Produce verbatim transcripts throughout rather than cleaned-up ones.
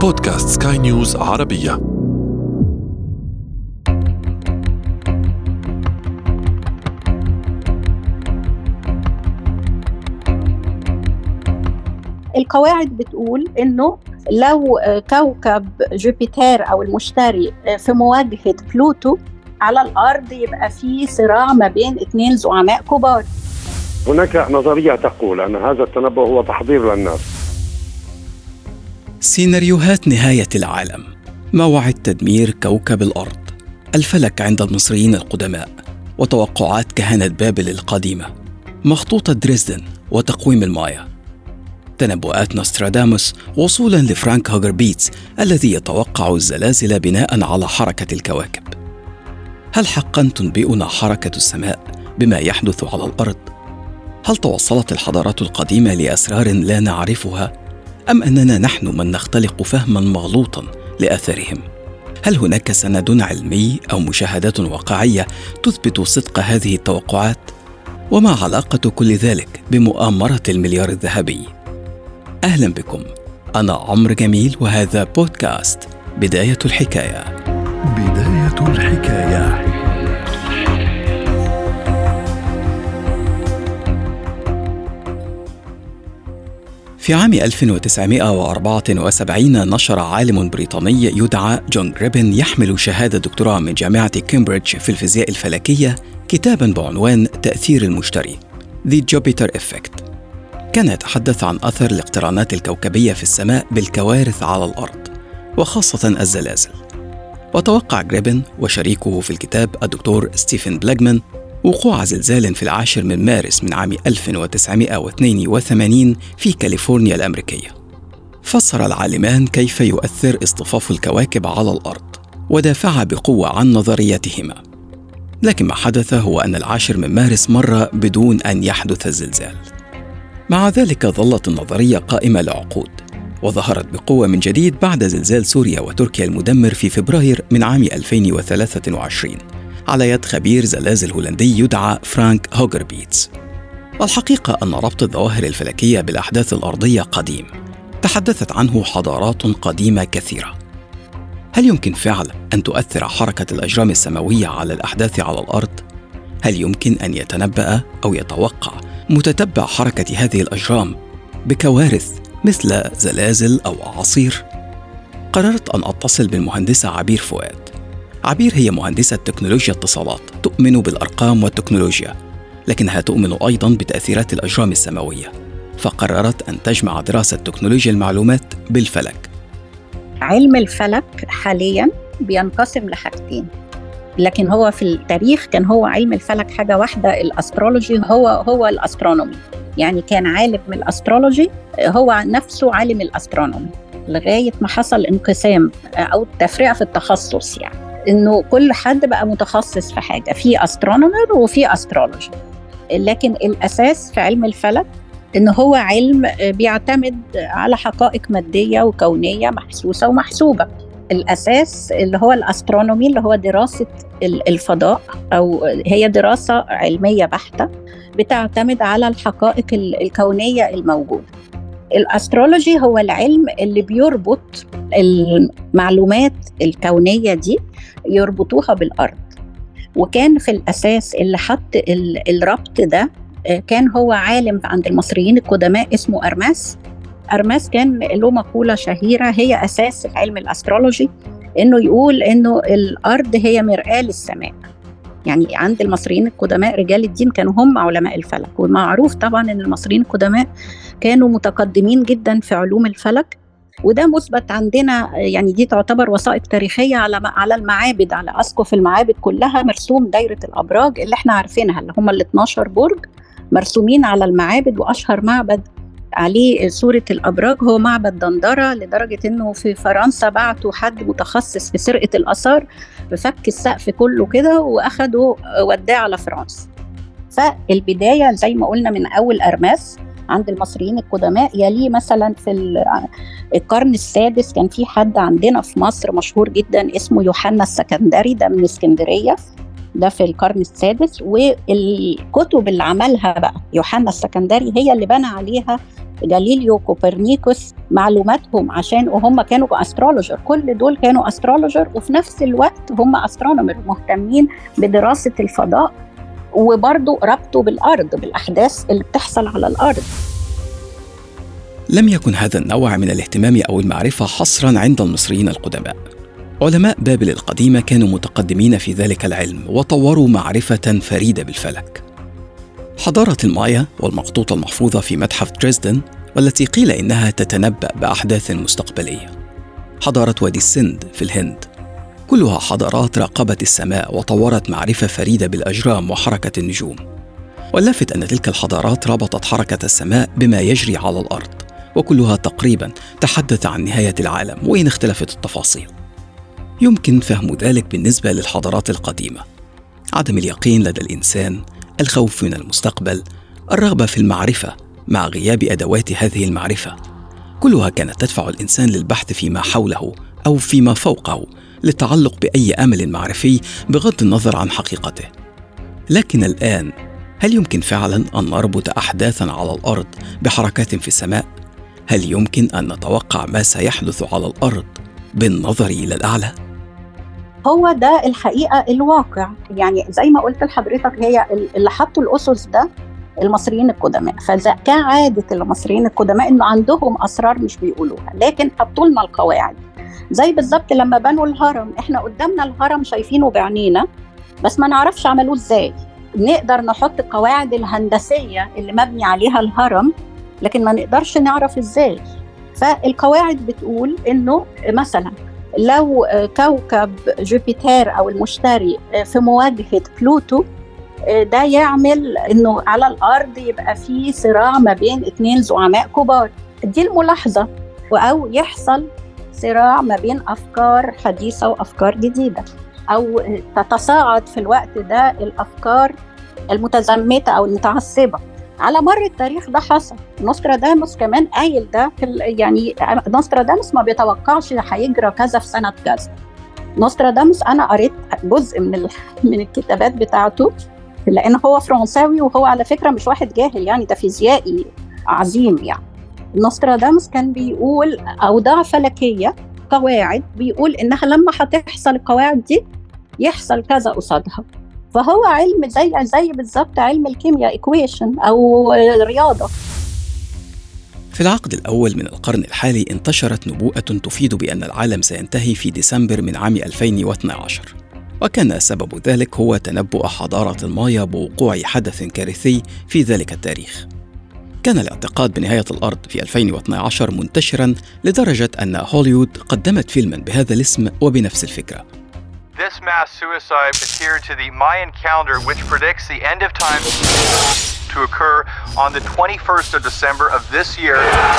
بودكاست سكاي نيوز عربية. القواعد بتقول إنه لو كوكب جوبيتر أو المشتري في مواجهة بلوتو على الأرض يبقى فيه صراع ما بين اثنين زعماء كبار. هناك نظرية تقول أن هذا التنبؤ هو تحضير للناس. سيناريوهات نهاية العالم، موعد تدمير كوكب الأرض، الفلك عند المصريين القدماء، وتوقعات كهنة بابل القديمة، مخطوطة دريسدن وتقويم المايا، تنبؤات نوستراداموس وصولاً لفرانك هوغر بيتس الذي يتوقع الزلازل بناء على حركة الكواكب. هل حقاً تنبئنا حركة السماء بما يحدث على الأرض؟ هل توصلت الحضارات القديمة لأسرار لا نعرفها؟ أم أننا نحن من نختلق فهماً مغلوطاً لآثارهم؟ هل هناك سند علمي أو مشاهدات واقعية تثبت صدق هذه التوقعات؟ وما علاقة كل ذلك بمؤامرة المليار الذهبي؟ أهلاً بكم، أنا عمرو جميل وهذا بودكاست بداية الحكاية. بداية الحكاية. في عام ألف وتسعمائة وأربعة وسبعين نشر عالم بريطاني يدعى جون غريبن يحمل شهادة دكتوراه من جامعة كامبريدج في الفيزياء الفلكية كتاباً بعنوان تأثير المشتري The Jupiter Effect. كان يتحدث عن أثر الاقترانات الكوكبية في السماء بالكوارث على الأرض وخاصة الزلازل. وتوقع غريبن وشريكه في الكتاب الدكتور ستيفن بلاغمان وقوع زلزال في العاشر من مارس من عام ألف وتسعمائة واثنين وثمانين في كاليفورنيا الأمريكية. فسر العالمان كيف يؤثر اصطفاف الكواكب على الأرض ودافع بقوة عن نظريتهما، لكن ما حدث هو أن العاشر من مارس مر بدون أن يحدث الزلزال. مع ذلك ظلت النظرية قائمة لعقود، وظهرت بقوة من جديد بعد زلزال سوريا وتركيا المدمر في فبراير من عام ألفين وثلاثة وعشرين على يد خبير زلازل هولندي يدعى فرانك هوغر بيتس. الحقيقة أن ربط الظواهر الفلكية بالأحداث الأرضية قديم، تحدثت عنه حضارات قديمة كثيرة. هل يمكن فعلا أن تؤثر حركة الأجرام السماوية على الأحداث على الأرض؟ هل يمكن أن يتنبأ أو يتوقع متتبع حركة هذه الأجرام بكوارث مثل زلازل أو أعاصير؟ قررت أن أتصل بالمهندسة عبير فؤاد. عبير هي مهندسة تكنولوجيا اتصالات، تؤمن بالأرقام والتكنولوجيا، لكنها تؤمن أيضاً بتأثيرات الأجرام السماوية، فقررت أن تجمع دراسة تكنولوجيا المعلومات بالفلك. علم الفلك حالياً بينقسم لحاجتين، لكن هو في التاريخ كان هو علم الفلك حاجة واحدة، الأسترولوجي هو هو الأسترونومي. يعني كان عالم الأسترولوجي هو نفسه عالم الأسترونومي لغاية ما حصل انقسام أو تفرقة في التخصص، يعني إنه كل حد بقى متخصص في حاجة، في أسترونومر وفي أسترولوجي. لكن الأساس في علم الفلك إنه هو علم بيعتمد على حقائق مادية وكونية محسوسة ومحسوبة. الأساس اللي هو الأسترونومي اللي هو دراسة الفضاء، أو هي دراسة علمية بحتة بتعتمد على الحقائق الكونية الموجودة. الأسترولوجي هو العلم اللي بيربط المعلومات الكونية دي يربطوها بالأرض، وكان في الأساس اللي حط الربط ده كان هو عالم عند المصريين القدماء اسمه أرماس. أرماس كان له مقولة شهيرة هي أساس علم الأسترولوجي، إنه يقول إنه الأرض هي مرآة للسماء. يعني عند المصريين القدماء رجال الدين كانوا هم علماء الفلك، ومعروف طبعاً إن المصريين القدماء كانوا متقدمين جداً في علوم الفلك، وده مثبت عندنا. يعني دي تعتبر وثائق تاريخية على على المعابد، على أسقف المعابد كلها مرسوم دايرة الأبراج اللي احنا عارفينها، اللي هم ال اثناشر برج مرسومين على المعابد. وأشهر معبد عليه صورة الأبراج هو معبد دندرة، لدرجة إنه في فرنسا بعتوا حد متخصص في سرقة الآثار بفك السقف كله كده وأخده وداه على فرنسا. فالبداية زي ما قلنا من أول أرماس عند المصريين القدماء. يليه مثلا في القرن السادس كان في حد عندنا في مصر مشهور جدا اسمه يوحنا السكندري، ده من اسكندرية، ده في القرن السادس. والكتب اللي عملها بقى يوحنا السكندري هي اللي بنى عليها جاليليو، كوبرنيكوس، معلوماتهم عشان وهم كانوا أسترولوجر، كل دول كانوا أسترولوجر وفي نفس الوقت هم أسترونومر مهتمين بدراسة الفضاء، وبرضو ربطوا بالأرض، بالأحداث اللي بتحصل على الأرض. لم يكن هذا النوع من الاهتمام أو المعرفة حصراً عند المصريين القدماء. علماء بابل القديمة كانوا متقدمين في ذلك العلم وطوروا معرفة فريدة بالفلك. حضارة المايا والمخطوطة المحفوظة في متحف دريسدن، والتي قيل إنها تتنبأ بأحداث مستقبلية. حضارة وادي السند في الهند، كلها حضارات راقبت السماء وطورت معرفة فريدة بالأجرام وحركة النجوم. واللافت أن تلك الحضارات ربطت حركة السماء بما يجري على الأرض، وكلها تقريباً تحدث عن نهاية العالم وإن اختلفت التفاصيل. يمكن فهم ذلك بالنسبة للحضارات القديمة: عدم اليقين لدى الإنسان، الخوف من المستقبل، الرغبة في المعرفة مع غياب أدوات هذه المعرفة، كلها كانت تدفع الإنسان للبحث فيما حوله أو فيما فوقه، للتعلق بأي أمل معرفي بغض النظر عن حقيقته. لكن الآن، هل يمكن فعلاً أن نربط أحداثاً على الأرض بحركات في السماء؟ هل يمكن أن نتوقع ما سيحدث على الأرض بالنظر إلى الأعلى؟ هو ده الحقيقة الواقع. يعني زي ما قلت لحضرتك، هي اللي حطوا الأسس ده المصريين القدماء، فكعادة المصريين القدماء إنه عندهم أسرار مش بيقولوها، لكن حطوا لنا القواعد. زي بالظبط لما بنوا الهرم، إحنا قدامنا الهرم شايفينه بعينينا بس ما نعرفش عملوه إزاي. نقدر نحط القواعد الهندسية اللي مبني عليها الهرم، لكن ما نقدرش نعرف إزاي. فالقواعد بتقول إنه مثلا لو كوكب جوبيتر أو المشتري في مواجهة بلوتو، ده يعمل إنه على الأرض يبقى فيه صراع ما بين اثنين زعماء كبار، دي الملاحظة، أو يحصل صراع ما بين أفكار حديثة وأفكار جديدة، أو تتصاعد في الوقت ده الأفكار المتزمتة أو المتعصبة. على مر التاريخ ده حصل. نوستراداموس كمان قايل ده، يعني نوستراداموس ما بيتوقعش هيجرى كذا في سنة كذا. نوستراداموس أنا قريت جزء من من الكتابات بتاعته، لأن هو فرنساوي وهو على فكرة مش واحد جاهل، يعني ده فيزيائي عظيم. يعني نوستراداموس كان بيقول أوضاع فلكية، قواعد، بيقول إنها لما هتحصل القواعد دي يحصل كذا قصادها. فهو علم زي زي بالظبط علم الكيمياء، إيكويشن أو رياضة. في العقد الأول من القرن الحالي انتشرت نبوءة تفيد بأن العالم سينتهي في ديسمبر من عام ألفين واثني عشر، وكان سبب ذلك هو تنبؤ حضارة المايا بوقوع حدث كارثي في ذلك التاريخ. كان الاعتقاد بنهاية الأرض في ألفين واثني عشر منتشراً لدرجة أن هوليوود قدمت فيلماً بهذا الاسم وبنفس الفكرة. This mass suicide adhered to the Mayan calendar, which predicts the end of time to occur on the twenty-first of December of this year.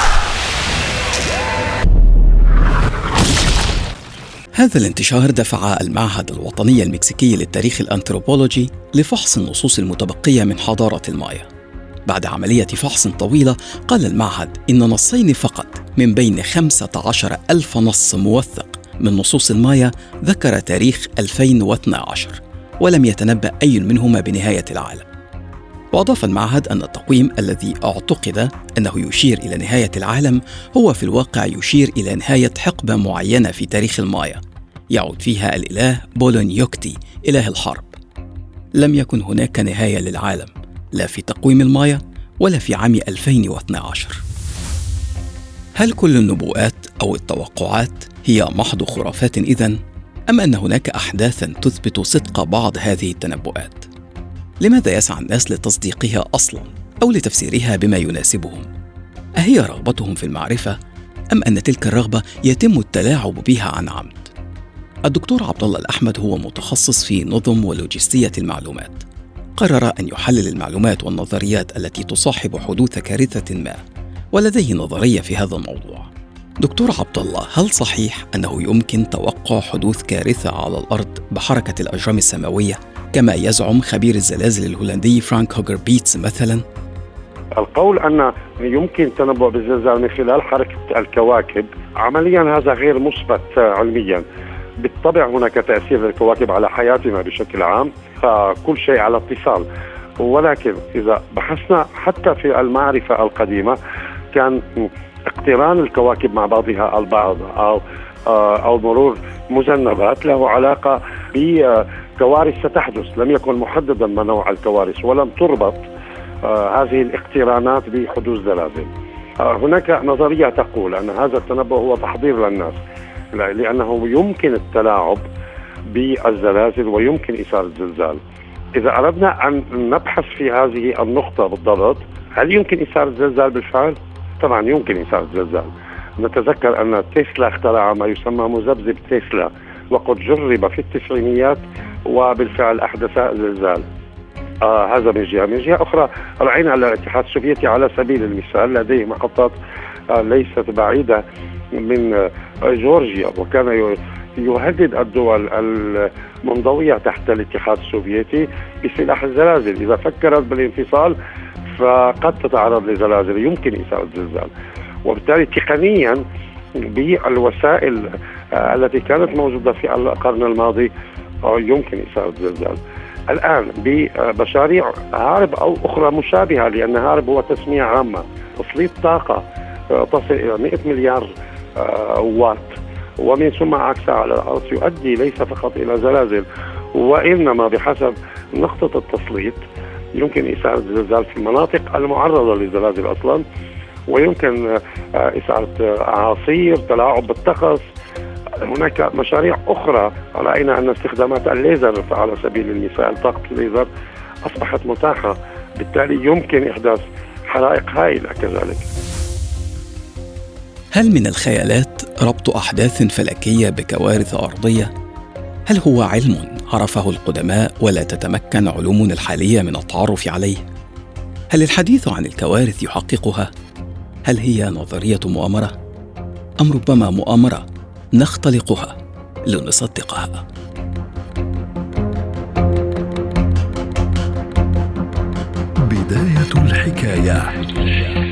هذا الانتشار دفع المعهد الوطني المكسيكي للتاريخ الأنثروبولوجي لفحص النصوص المتبقية من حضارة المايا. بعد عملية فحص طويلة، قال المعهد إن نصين فقط من بين خمسة عشر ألف نص موثق من نصوص المايا ذكر تاريخ ألفين واثني عشر، ولم يتنبأ أي منهما بنهاية العالم. وأضاف المعهد أن التقويم الذي اعتقد أنه يشير إلى نهاية العالم هو في الواقع يشير إلى نهاية حقبة معينة في تاريخ المايا يعود فيها الإله بولونيوكتي إله الحرب. لم يكن هناك نهاية للعالم، لا في تقويم المايا ولا في عام ألفين واثني عشر. هل كل النبوءات أو التوقعات هي محض خرافات إذن؟ أم أن هناك أحداثاً تثبت صدق بعض هذه التنبؤات؟ لماذا يسعى الناس لتصديقها أصلاً أو لتفسيرها بما يناسبهم؟ أهي رغبتهم في المعرفة أم أن تلك الرغبة يتم التلاعب بها عن عمد؟ الدكتور عبد الله الأحمد هو متخصص في نظم ولوجستية المعلومات. قرر أن يحلل المعلومات والنظريات التي تصاحب حدوث كارثة ما، ولديه نظرية في هذا الموضوع. دكتور عبد الله، هل صحيح أنه يمكن توقع حدوث كارثة على الأرض بحركة الأجرام السماوية كما يزعم خبير الزلازل الهولندي فرانك هوجر بيتس مثلا؟ القول أن يمكن تنبؤ بالزلزال من خلال حركة الكواكب عمليا هذا غير مثبت علميا. بالطبع هناك تأثير للكواكب على حياتنا بشكل عام، فكل شيء على اتصال. ولكن إذا بحثنا حتى في المعرفة القديمة كان اقتران الكواكب مع بعضها البعض أو أو مرور مذنبات له علاقة بكوارث ستحدث. لم يكن محددا ما نوع الكوارث ولم تربط هذه الاقترانات بحدوث زلازل. هناك نظرية تقول أن هذا التنبؤ هو تحضير للناس، لأنه يمكن التلاعب بالزلازل ويمكن إثارة زلزال. إذا أردنا أن نبحث في هذه النقطة بالضبط، هل يمكن إثارة زلزال بالفعل؟ طبعا يمكن إثارة زلزال. نتذكر أن تسلا اخترع ما يسمى مذبذب تسلا، وقد جرب في التسعينيات وبالفعل أحدث زلزال. آه هذا من جهة. من جهة أخرى رأينا الاتحاد السوفيتي على سبيل المثال لديه محطات آه ليست بعيدة من آه جورجيا، وكان يهدد الدول المنضوية تحت الاتحاد السوفيتي بسلاح الزلازل. إذا فكرت بالانفصال فقد تتعرض لزلازل، يمكن إثارة زلزال. وبالتالي تقنيا بالوسائل آه التي كانت موجودة في القرن الماضي آه يمكن إثارة زلزال. الآن بمشاريع هارب أو أخرى مشابهة، لأن هارب هو تسمية عامة، تسليط طاقة تصل إلى مئة مليار وات ومن ثم عكسها على الأرض يؤدي ليس فقط إلى زلازل، وإنما بحسب نقطة التسليط يمكن إثارة زلزال في المناطق المعرضة للزلازل أصلا، ويمكن إثارة أعاصير، تلاعب بالطقس. هناك مشاريع أخرى رأينا أن استخدامات الليزر على سبيل المثال، طاقة الليزر أصبحت متاحة، بالتالي يمكن إحداث حرائق هائلة كذلك. هل من الخيالات ربط أحداث فلكية بكوارث أرضية؟ هل هو علم عرفه القدماء ولا تتمكن علومنا الحالية من التعرف عليه؟ هل الحديث عن الكوارث يحققها؟ هل هي نظرية مؤامرة؟ أم ربما مؤامرة نختلقها لنصدقها؟ بداية الحكاية.